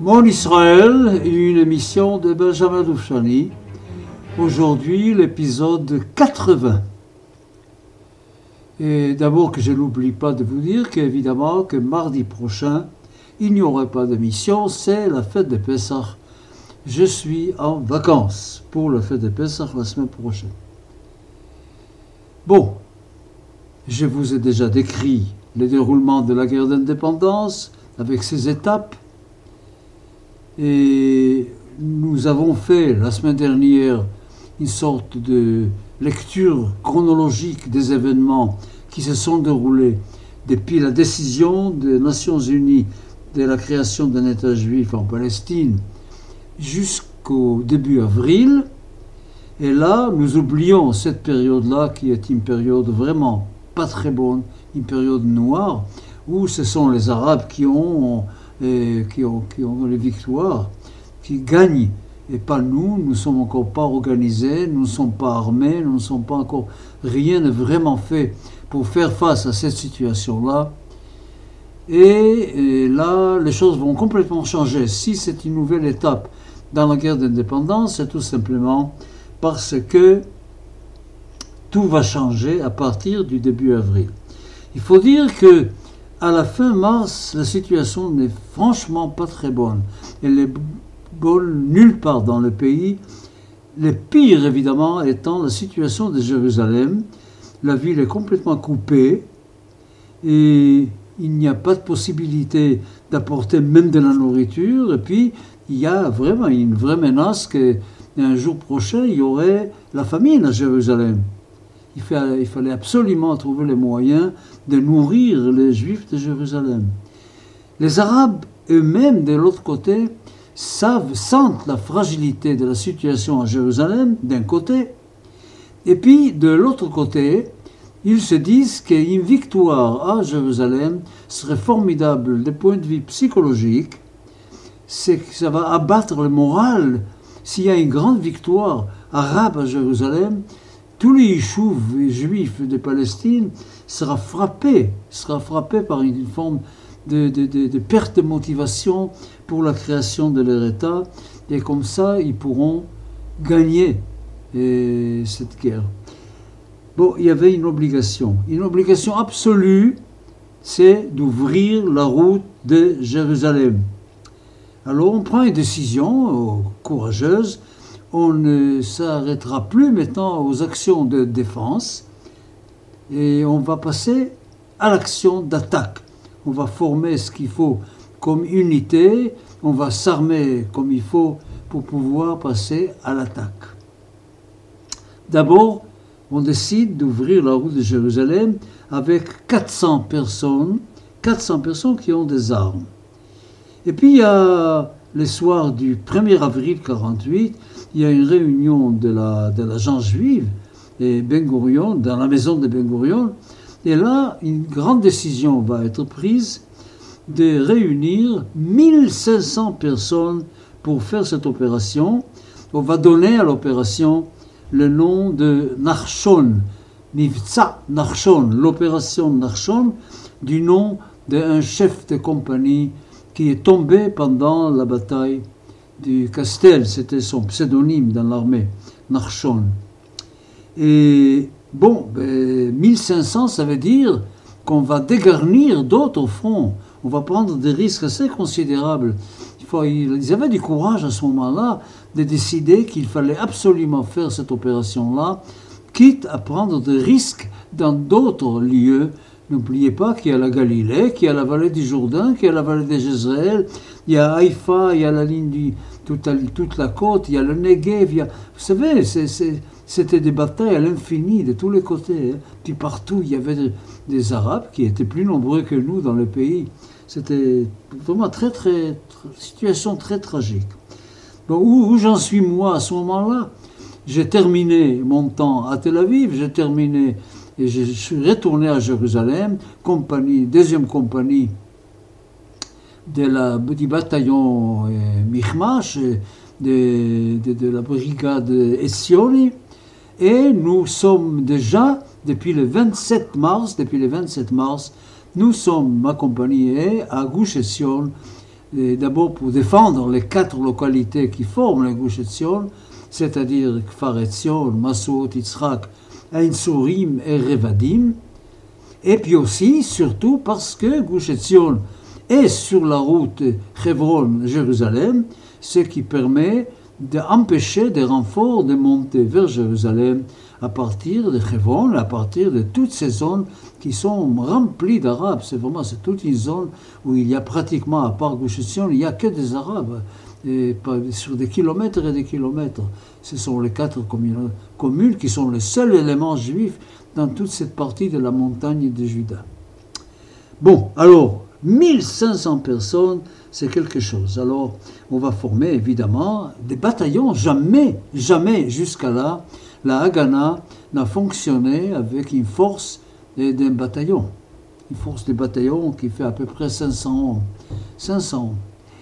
Mon Israël, une émission de Benjamin Doufchani. Aujourd'hui, l'épisode 80. Et d'abord que je n'oublie pas de vous dire qu'évidemment que mardi prochain, il n'y aurait pas d'émission, c'est la fête de Pessah. Je suis en vacances pour la fête de Pessah la semaine prochaine. Bon, je vous ai déjà décrit le déroulement de la guerre d'indépendance avec ses étapes. Et nous avons fait la semaine dernière une sorte de lecture chronologique des événements qui se sont déroulés depuis la décision des Nations Unies de la création d'un État juif en Palestine jusqu'au début avril. Et là, nous oublions cette période-là qui est une période vraiment pas très bonne, une période noire, où ce sont les Arabes qui ont les victoires, qui gagnent, et pas nous. Nous ne sommes encore pas organisés, nous ne sommes pas armés, nous ne sommes pas encore, rien n'est vraiment fait pour faire face à cette situation-là. Et là, les choses vont complètement changer. Si c'est une nouvelle étape dans la guerre d'indépendance, c'est tout simplement parce que tout va changer à partir du début avril. Il faut dire que à la fin mars, la situation n'est franchement pas très bonne. Elle est bonne nulle part dans le pays. Le pire, évidemment, étant la situation de Jérusalem. La ville est complètement coupée et il n'y a pas de possibilité d'apporter même de la nourriture. Et puis, il y a vraiment une vraie menace qu'un jour prochain, il y aurait la famine à Jérusalem. Il fallait absolument trouver les moyens de nourrir les Juifs de Jérusalem. Les Arabes eux-mêmes, de l'autre côté, sentent la fragilité de la situation à Jérusalem, d'un côté, et puis de l'autre côté, ils se disent qu'une victoire à Jérusalem serait formidable du point de vue psychologique. C'est que ça va abattre le moral. S'il y a une grande victoire arabe à Jérusalem, tous les yishuv juifs de Palestine sera frappé par une forme de perte de motivation pour la création de leur État, et comme ça ils pourront gagner cette guerre. Bon, il y avait une obligation absolue, c'est d'ouvrir la route de Jérusalem. Alors on prend une décision courageuse. On ne s'arrêtera plus maintenant aux actions de défense et on va passer à l'action d'attaque. On va former ce qu'il faut comme unité, on va s'armer comme il faut pour pouvoir passer à l'attaque. D'abord, on décide d'ouvrir la route de Jérusalem avec 400 personnes qui ont des armes. Et puis il y a le soir du 1er avril 1948, il y a une réunion de l'agence juive et Ben Gurion, dans la maison de Ben Gurion, et là, une grande décision va être prise de réunir 1500 personnes pour faire cette opération. On va donner à l'opération le nom de Nachshon, Mivtza Nachshon, l'opération Nachshon, du nom d'un chef de compagnie qui est tombé pendant la bataille du Castel, c'était son pseudonyme dans l'armée, Nachshon. Et bon, 1500, ça veut dire qu'on va dégarnir d'autres fronts. On va prendre des risques assez considérables. Ils avaient du courage à ce moment-là de décider qu'il fallait absolument faire cette opération-là, quitte à prendre des risques dans d'autres lieux. N'oubliez pas qu'il y a la Galilée, qu'il y a la vallée du Jourdain, qu'il y a la vallée de Jezreel, il y a Haïfa, il y a la ligne toute la côte, il y a le Negev. Vous savez, c'était des batailles à l'infini de tous les côtés. Puis partout, il y avait des Arabes qui étaient plus nombreux que nous dans le pays. C'était vraiment situation très tragique. Bon, où j'en suis moi à ce moment-là? J'ai terminé mon temps à Tel Aviv, et je suis retourné à Jérusalem, deuxième compagnie du bataillon Michmash, de la brigade Essioni, et nous sommes déjà, depuis le 27 mars, nous sommes, ma compagnie est à Gush Etzion, Et d'abord pour défendre les 4 localités qui forment le Gush Etzion, c'est-à-dire Kfar Etzion, Masuot, Yitzhak, Ein Tzurim et Revadim. Et puis aussi, surtout parce que Gush Etzion est sur la route Hebron-Jérusalem, ce qui permet d'empêcher des renforts de monter vers Jérusalem à partir de Hebron, à partir de toutes ces zones qui sont remplies d'Arabes. C'est toute une zone où il y a pratiquement, à part Gush Etzion, il n'y a que des Arabes, et sur des kilomètres et des kilomètres. Ce sont les 4 communes qui sont le seul élément juif dans toute cette partie de la montagne de Juda. Bon, alors, 1500 personnes, c'est quelque chose. Alors, on va former évidemment des bataillons. Jamais jusqu'à là, la Haganah n'a fonctionné avec une force d'un bataillon. Une force de bataillon qui fait à peu près 500 hommes. 500 hommes.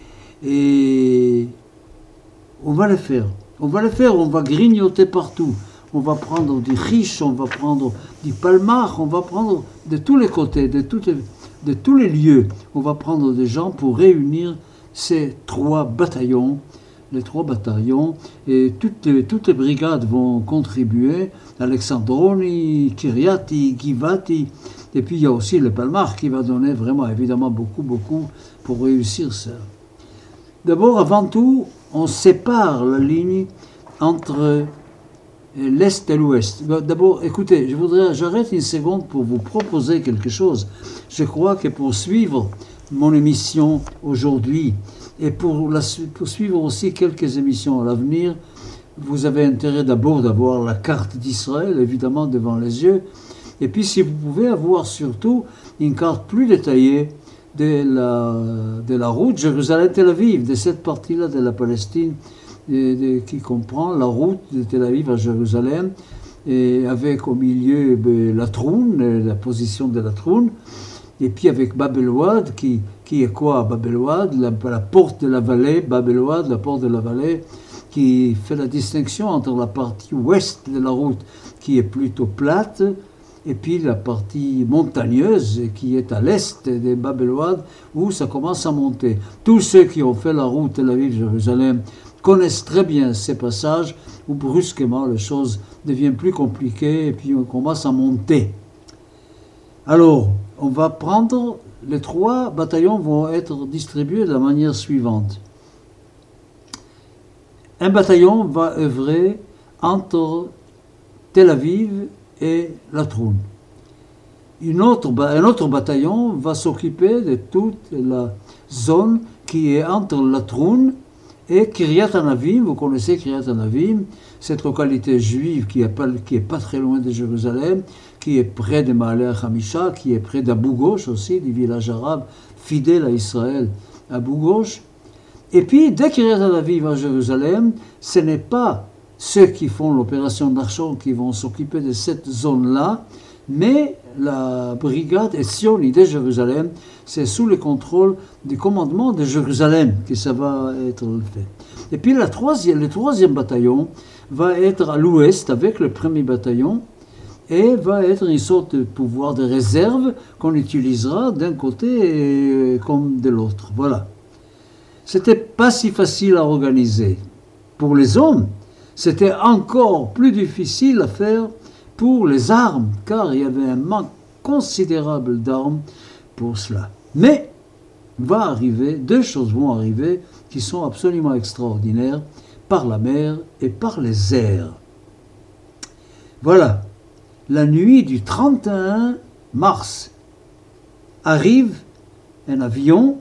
Et on va le faire. On va grignoter partout. On va prendre du riche, on va prendre du palmar, on va prendre de tous les côtés, de tous les lieux. On va prendre des gens pour réunir ces 3 bataillons. Les 3 bataillons, et toutes les brigades vont contribuer. Alexandroni, Kiryati, Givati, et puis il y a aussi le Palmar qui va donner vraiment, évidemment, beaucoup pour réussir ça. D'abord, avant tout, on sépare la ligne entre l'Est et l'Ouest. D'abord, écoutez, j'arrête une seconde pour vous proposer quelque chose. Je crois que pour suivre mon émission aujourd'hui, et pour suivre aussi quelques émissions à l'avenir, vous avez intérêt d'abord d'avoir la carte d'Israël, évidemment, devant les yeux. Et puis, si vous pouvez avoir surtout une carte plus détaillée de la route Jérusalem-Tel Aviv, de cette partie-là de la Palestine, qui comprend la route de Tel Aviv à Jérusalem, et avec au milieu la Troune, la position de la Troune, et puis avec Bab el-Ouad, qui est quoi Bab el-Ouad, la porte de la vallée, Bab el-Ouad, la porte de la vallée, qui fait la distinction entre la partie ouest de la route, qui est plutôt plate, et puis la partie montagneuse, qui est à l'est de Bab el-Ouad, où ça commence à monter. Tous ceux qui ont fait la route Tel Aviv-Jérusalem connaissent très bien ces passages où brusquement les choses deviennent plus compliquées, et puis on commence à monter. Alors, on va prendre, les 3 bataillons vont être distribués de la manière suivante. Un bataillon va œuvrer entre Tel Aviv et la Troune. Un autre bataillon va s'occuper de toute la zone qui est entre la Troune et Kiryat Anavim. Vous connaissez Kiryat Anavim, cette localité juive qui est pas très loin de Jérusalem, qui est près de Ma'aleh Hamisha, qui est près d'Abou Ghosh aussi, du village arabe fidèle à Israël, Abou Ghosh. Et puis, dès Kiryat Anavim à Jérusalem, ce n'est pas ceux qui font l'opération d'Archon qui vont s'occuper de cette zone-là, mais la brigade Etzioni de Jérusalem, c'est sous le contrôle du commandement de Jérusalem que ça va être fait. Et puis le 3e bataillon va être à l'ouest avec le 1er bataillon et va être une sorte de pouvoir de réserve qu'on utilisera d'un côté comme de l'autre. Voilà. C'était pas si facile à organiser. Pour les hommes, c'était encore plus difficile à faire pour les armes, car il y avait un manque considérable d'armes pour cela. Mais deux choses vont arriver qui sont absolument extraordinaires, par la mer et par les airs. Voilà, la nuit du 31 mars arrive un avion.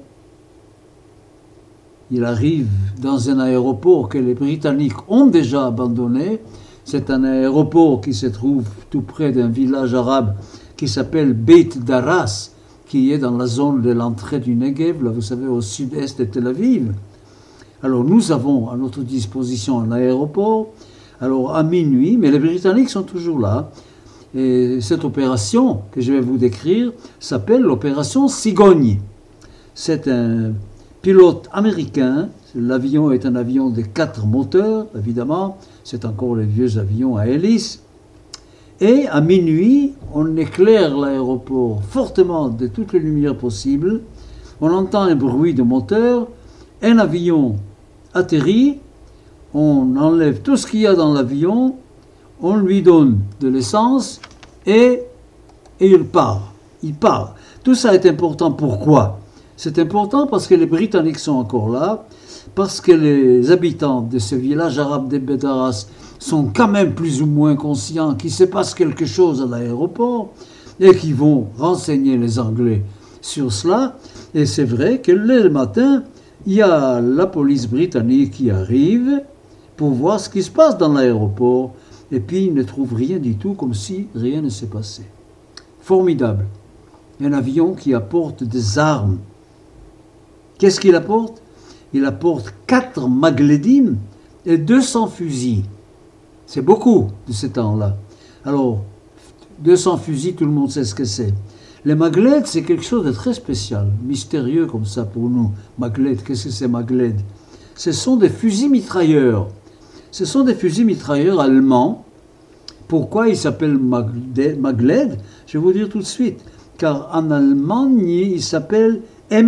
Il arrive dans un aéroport que les Britanniques ont déjà abandonné. C'est un aéroport qui se trouve tout près d'un village arabe qui s'appelle Beit Daras, qui est dans la zone de l'entrée du Negev, là vous savez, au sud-est de Tel Aviv. Alors nous avons à notre disposition un aéroport, alors à minuit, mais les Britanniques sont toujours là. Et cette opération que je vais vous décrire s'appelle l'opération Cigogne. C'est un pilote américain, l'avion est un avion de 4 moteurs, évidemment, c'est encore les vieux avions à hélice. Et à minuit, on éclaire l'aéroport fortement de toutes les lumières possibles. On entend un bruit de moteur, un avion atterrit, on enlève tout ce qu'il y a dans l'avion, on lui donne de l'essence et il part. Il part. Tout ça est important. Pourquoi? C'est important parce que les Britanniques sont encore là, parce que les habitants de ce village arabe des Bédaras sont quand même plus ou moins conscients qu'il se passe quelque chose à l'aéroport et qu'ils vont renseigner les Anglais sur cela. Et c'est vrai que le matin, il y a la police britannique qui arrive pour voir ce qui se passe dans l'aéroport et puis ils ne trouvent rien du tout, comme si rien ne s'est passé. Formidable. Un avion qui apporte des armes. Qu'est-ce qu'il apporte? Il apporte 4 Magledim et 200 fusils. C'est beaucoup de ce temps-là. Alors, 200 fusils, tout le monde sait ce que c'est. Les Magled, c'est quelque chose de très spécial, mystérieux comme ça pour nous. Magled, qu'est-ce que c'est Magled? Ce sont des fusils mitrailleurs. Ce sont des fusils mitrailleurs allemands. Pourquoi ils s'appellent Magled? Je vais vous dire tout de suite. Car en Allemagne, ils s'appellent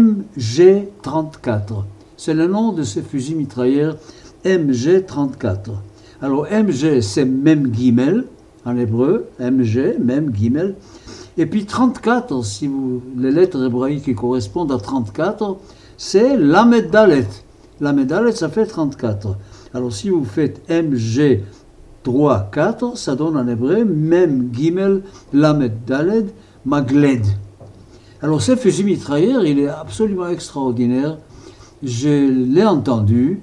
MG-34. C'est le nom de ces fusils mitrailleurs MG-34. Alors MG, c'est Mem Gimel en hébreu, MG, Mem Gimel. Et puis 34, si vous, les lettres hébraïques qui correspondent à 34, c'est Lamed Dalet. Lamed Dalet, ça fait 34. Alors si vous faites MG 3, 4, ça donne en hébreu Mem Gimel Lamed Dalet Magled. Alors ce fusil mitrailleur, il est absolument extraordinaire. Je l'ai entendu.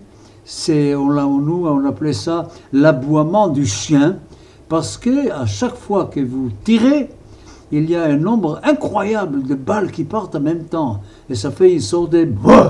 On appelait ça l'aboiement du chien, parce que à chaque fois que vous tirez, il y a un nombre incroyable de balles qui partent en même temps. Et ça fait une sorte de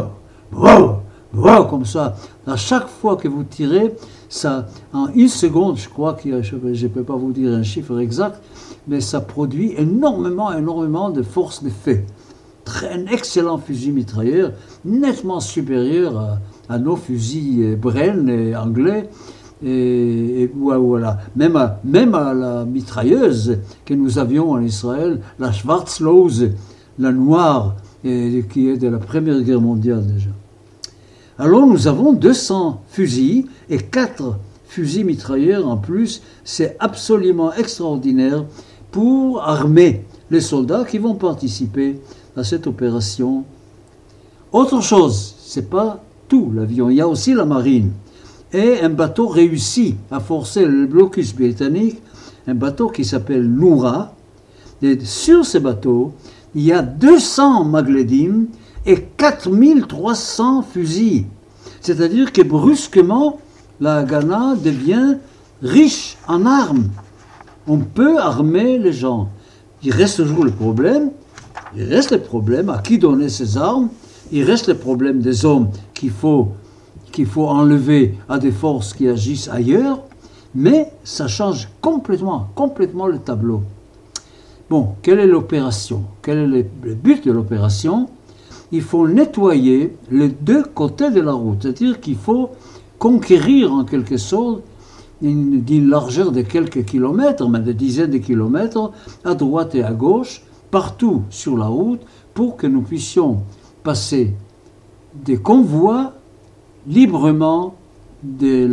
comme ça. À chaque fois que vous tirez, ça, en une seconde, je crois que je ne peux pas vous dire un chiffre exact, mais ça produit énormément de force d'effet. Un excellent fusil mitrailleur, nettement supérieur à nos fusils Bren et anglais. Et voilà. Même à la mitrailleuse que nous avions en Israël, la Schwarzlose, la noire, qui est de la Première Guerre mondiale déjà. Alors nous avons 200 fusils et 4 fusils mitrailleurs en plus. C'est absolument extraordinaire pour armer les soldats qui vont participer à cette opération. Autre chose, c'est pas tout l'avion, il y a aussi la marine. Et un bateau réussit à forcer le blocus britannique, un bateau qui s'appelle Noura. Et sur ce bateau, il y a 200 Magledim et 4300 fusils. C'est-à-dire que brusquement, la Haganah devient riche en armes. On peut armer les gens. Il reste toujours le problème. Il reste le problème à qui donner ces armes. Il reste le problème des hommes qu'il faut enlever à des forces qui agissent ailleurs. Mais ça change complètement le tableau. Bon, quelle est l'opération? Quel est le but de l'opération? Il faut nettoyer les deux côtés de la route. C'est-à-dire qu'il faut conquérir en quelque sorte d'une largeur de quelques kilomètres, mais de dizaines de kilomètres, à droite et à gauche, partout sur la route, pour que nous puissions passer des convois librement de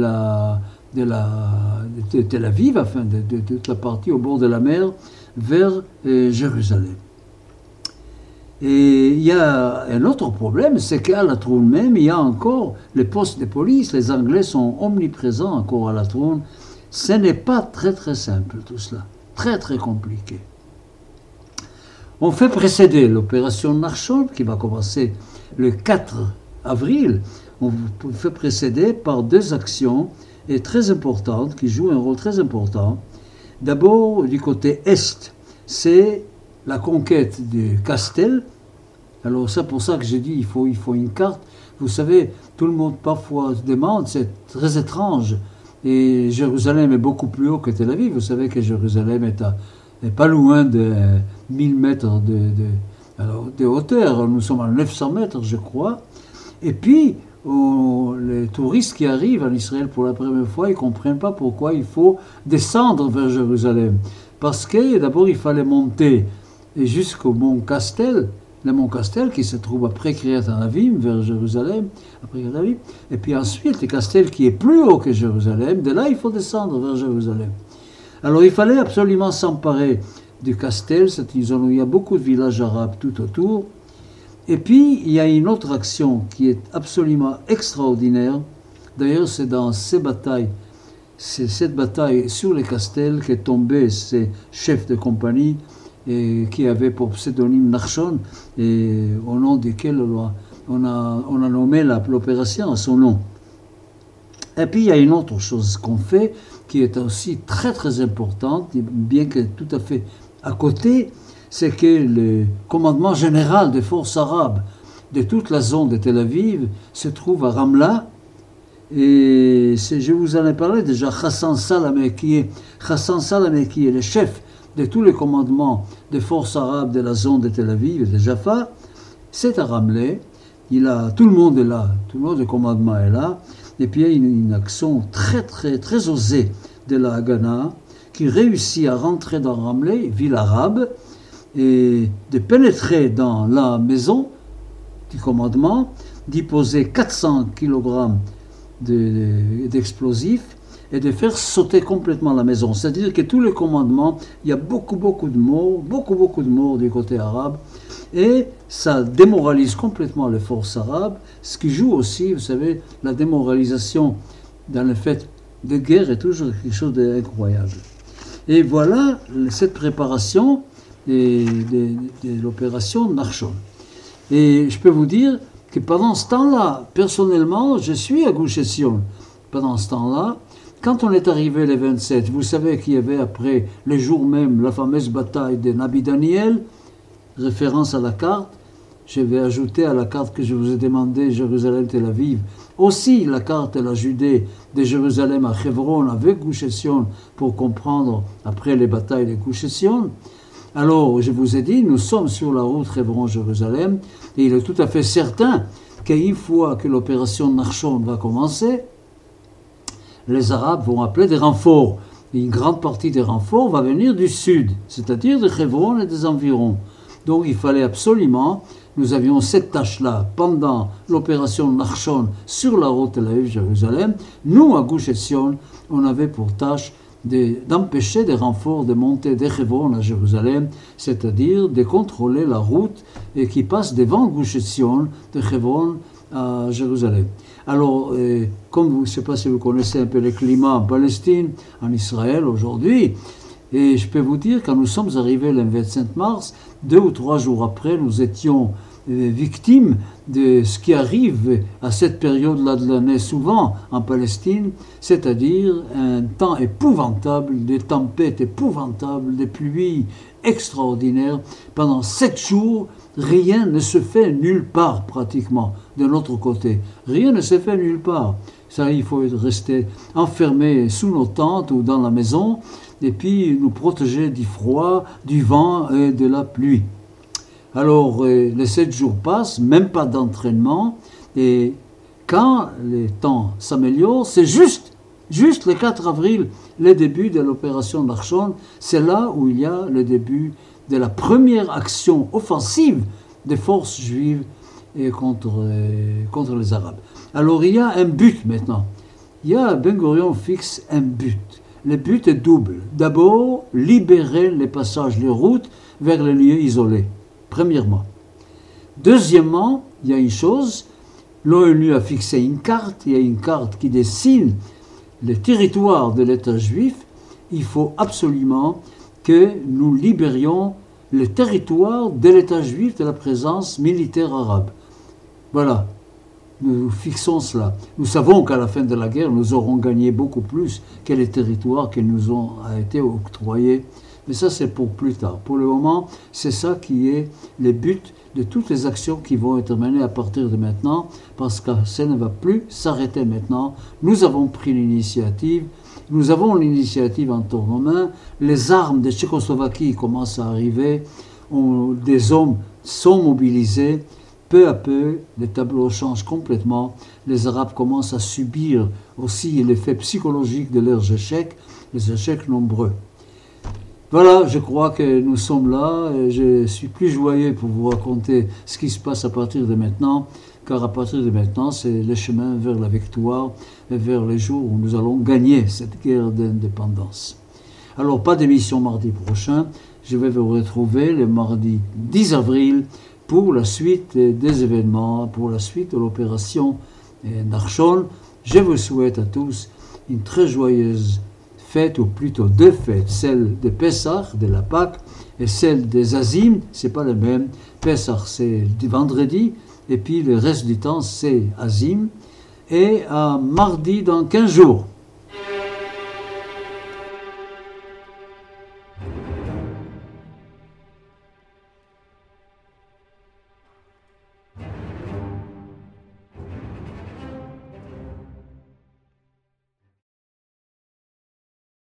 Tel Aviv, enfin de toute la partie au bord de la mer, vers Jérusalem. Et il y a un autre problème, c'est qu'à la Troune même, il y a encore les postes de police. Les Anglais sont omniprésents encore à la Troune. Ce n'est pas très très simple tout cela, très très compliqué. On fait précéder l'opération Nachshon, qui va commencer le 4 avril. On fait précéder par 2 actions et très importantes, qui jouent un rôle très important. D'abord, du côté est, c'est la conquête du Castel. Alors c'est pour ça que j'ai dit il faut une carte. Vous savez, tout le monde parfois se demande, c'est très étrange. Et Jérusalem est beaucoup plus haut que Tel Aviv. Vous savez que Jérusalem est pas loin de 1000 mètres de hauteur. Nous sommes à 900 mètres, je crois. Et puis, les touristes qui arrivent en Israël pour la première fois, ils ne comprennent pas pourquoi il faut descendre vers Jérusalem. Parce que d'abord, il fallait monter jusqu'au mont Castel, le mont Castel qui se trouve après Kiryat Anavim, vers Jérusalem, après Kiryat Anavim, et puis ensuite le Castel qui est plus haut que Jérusalem, de là il faut descendre vers Jérusalem. Alors il fallait absolument s'emparer du Castel, c'est une zone où il y a beaucoup de villages arabes tout autour, et puis il y a une autre action qui est absolument extraordinaire, d'ailleurs c'est dans cette bataille sur les Castels qu'est tombé ces chefs de compagnie, et qui avait pour pseudonyme Nachshon, et au nom duquel on a nommé l'opération à son nom. Et puis il y a une autre chose qu'on fait, qui est aussi très très importante, bien que tout à fait à côté, c'est que le commandement général des forces arabes de toute la zone de Tel Aviv se trouve à Ramla, et je vous en ai parlé déjà, Hassan Salameh, qui est le chef de tous les commandements des forces arabes de la zone de Tel Aviv et de Jaffa, c'est à Ramleh. Tout le monde est là, tout le monde du commandement est là, et puis il y a une action très très très osée de la Haganah qui réussit à rentrer dans Ramleh, ville arabe, et de pénétrer dans la maison du commandement, d'y poser 400 kg d'explosifs et de faire sauter complètement la maison. C'est-à-dire que tous les commandements, il y a beaucoup de morts du côté arabe, et ça démoralise complètement les forces arabes, ce qui joue aussi, vous savez, la démoralisation dans le fait de guerre est toujours quelque chose d'incroyable. Et voilà cette préparation de l'opération Nachshon. Et je peux vous dire que pendant ce temps-là, personnellement, je suis à Gush Etzion. Pendant ce temps-là, quand on est arrivé les 27, vous savez qu'il y avait après, le jour même, la fameuse bataille de Nabi Daniel, référence à la carte. Je vais ajouter à la carte que je vous ai demandé, Jérusalem-Tel Aviv, aussi la carte de la Judée de Jérusalem à Hebron avec Gush Etzion pour comprendre après les batailles de Gush Etzion. Alors, je vous ai dit, nous sommes sur la route Hebron-Jérusalem, et il est tout à fait certain qu'une fois que l'opération Nachshon va commencer, les Arabes vont appeler des renforts. Une grande partie des renforts va venir du sud, c'est-à-dire de Hebron et des environs. Donc il fallait absolument, nous avions cette tâche-là pendant l'opération Nachshon sur la route Tel Aviv-Jérusalem. Nous, à Gush Etzion, on avait pour tâche d'empêcher des renforts de monter de Hebron à Jérusalem, c'est-à-dire de contrôler la route qui passe devant Gush Etzion de Hebron à Jérusalem. Alors, comme je ne sais pas si vous connaissez un peu le climat en Palestine, en Israël aujourd'hui, et je peux vous dire, quand nous sommes arrivés le 25 mars, 2 ou 3 jours après, nous étions victimes de ce qui arrive à cette période-là de l'année souvent en Palestine, c'est-à-dire un temps épouvantable, des tempêtes épouvantables, des pluies extraordinaires. Pendant 7 jours, rien ne se fait nulle part pratiquement de notre côté. Rien ne se fait nulle part. Ça, il faut rester enfermé sous nos tentes ou dans la maison et puis nous protéger du froid, du vent et de la pluie. Alors, les 7 jours passent, même pas d'entraînement, et quand les temps s'améliorent, c'est juste le 4 avril, le début de l'opération Nachshon, c'est là où il y a le début de la première action offensive des forces juives contre les Arabes. Alors, il y a un but maintenant. Ben Gurion fixe un but. Le but est double. D'abord, libérer les passages, les routes vers les lieux isolés. Premièrement. Deuxièmement, il y a une chose, l'ONU a fixé une carte, il y a une carte qui dessine le territoire de l'État juif. Il faut absolument que nous libérions le territoire de l'État juif de la présence militaire arabe. Voilà, nous fixons cela. Nous savons qu'à la fin de la guerre, nous aurons gagné beaucoup plus que les territoires qui nous ont été octroyés. Mais ça, c'est pour plus tard. Pour le moment, c'est ça qui est le but de toutes les actions qui vont être menées à partir de maintenant, parce que ça ne va plus s'arrêter maintenant. Nous avons pris l'initiative. Nous avons l'initiative entre nos mains. Les armes de Tchécoslovaquie commencent à arriver. Des hommes sont mobilisés. Peu à peu, les tableaux changent complètement. Les Arabes commencent à subir aussi l'effet psychologique de leurs échecs, les échecs nombreux. Voilà, je crois que nous sommes là. Je suis plus joyeux pour vous raconter ce qui se passe à partir de maintenant, car à partir de maintenant, c'est le chemin vers la victoire et vers les jours où nous allons gagner cette guerre d'indépendance. Alors, pas d'émission mardi prochain. Je vais vous retrouver le mardi 10 avril pour la suite des événements, pour la suite de l'opération Narchon. Je vous souhaite à tous une très joyeuse fête, ou plutôt deux fêtes, celle de Pessah, de la Pâque, et celle des Azim, c'est pas le même. Pessah, c'est du vendredi, et puis le reste du temps, c'est Azim. Et à mardi dans 15 jours.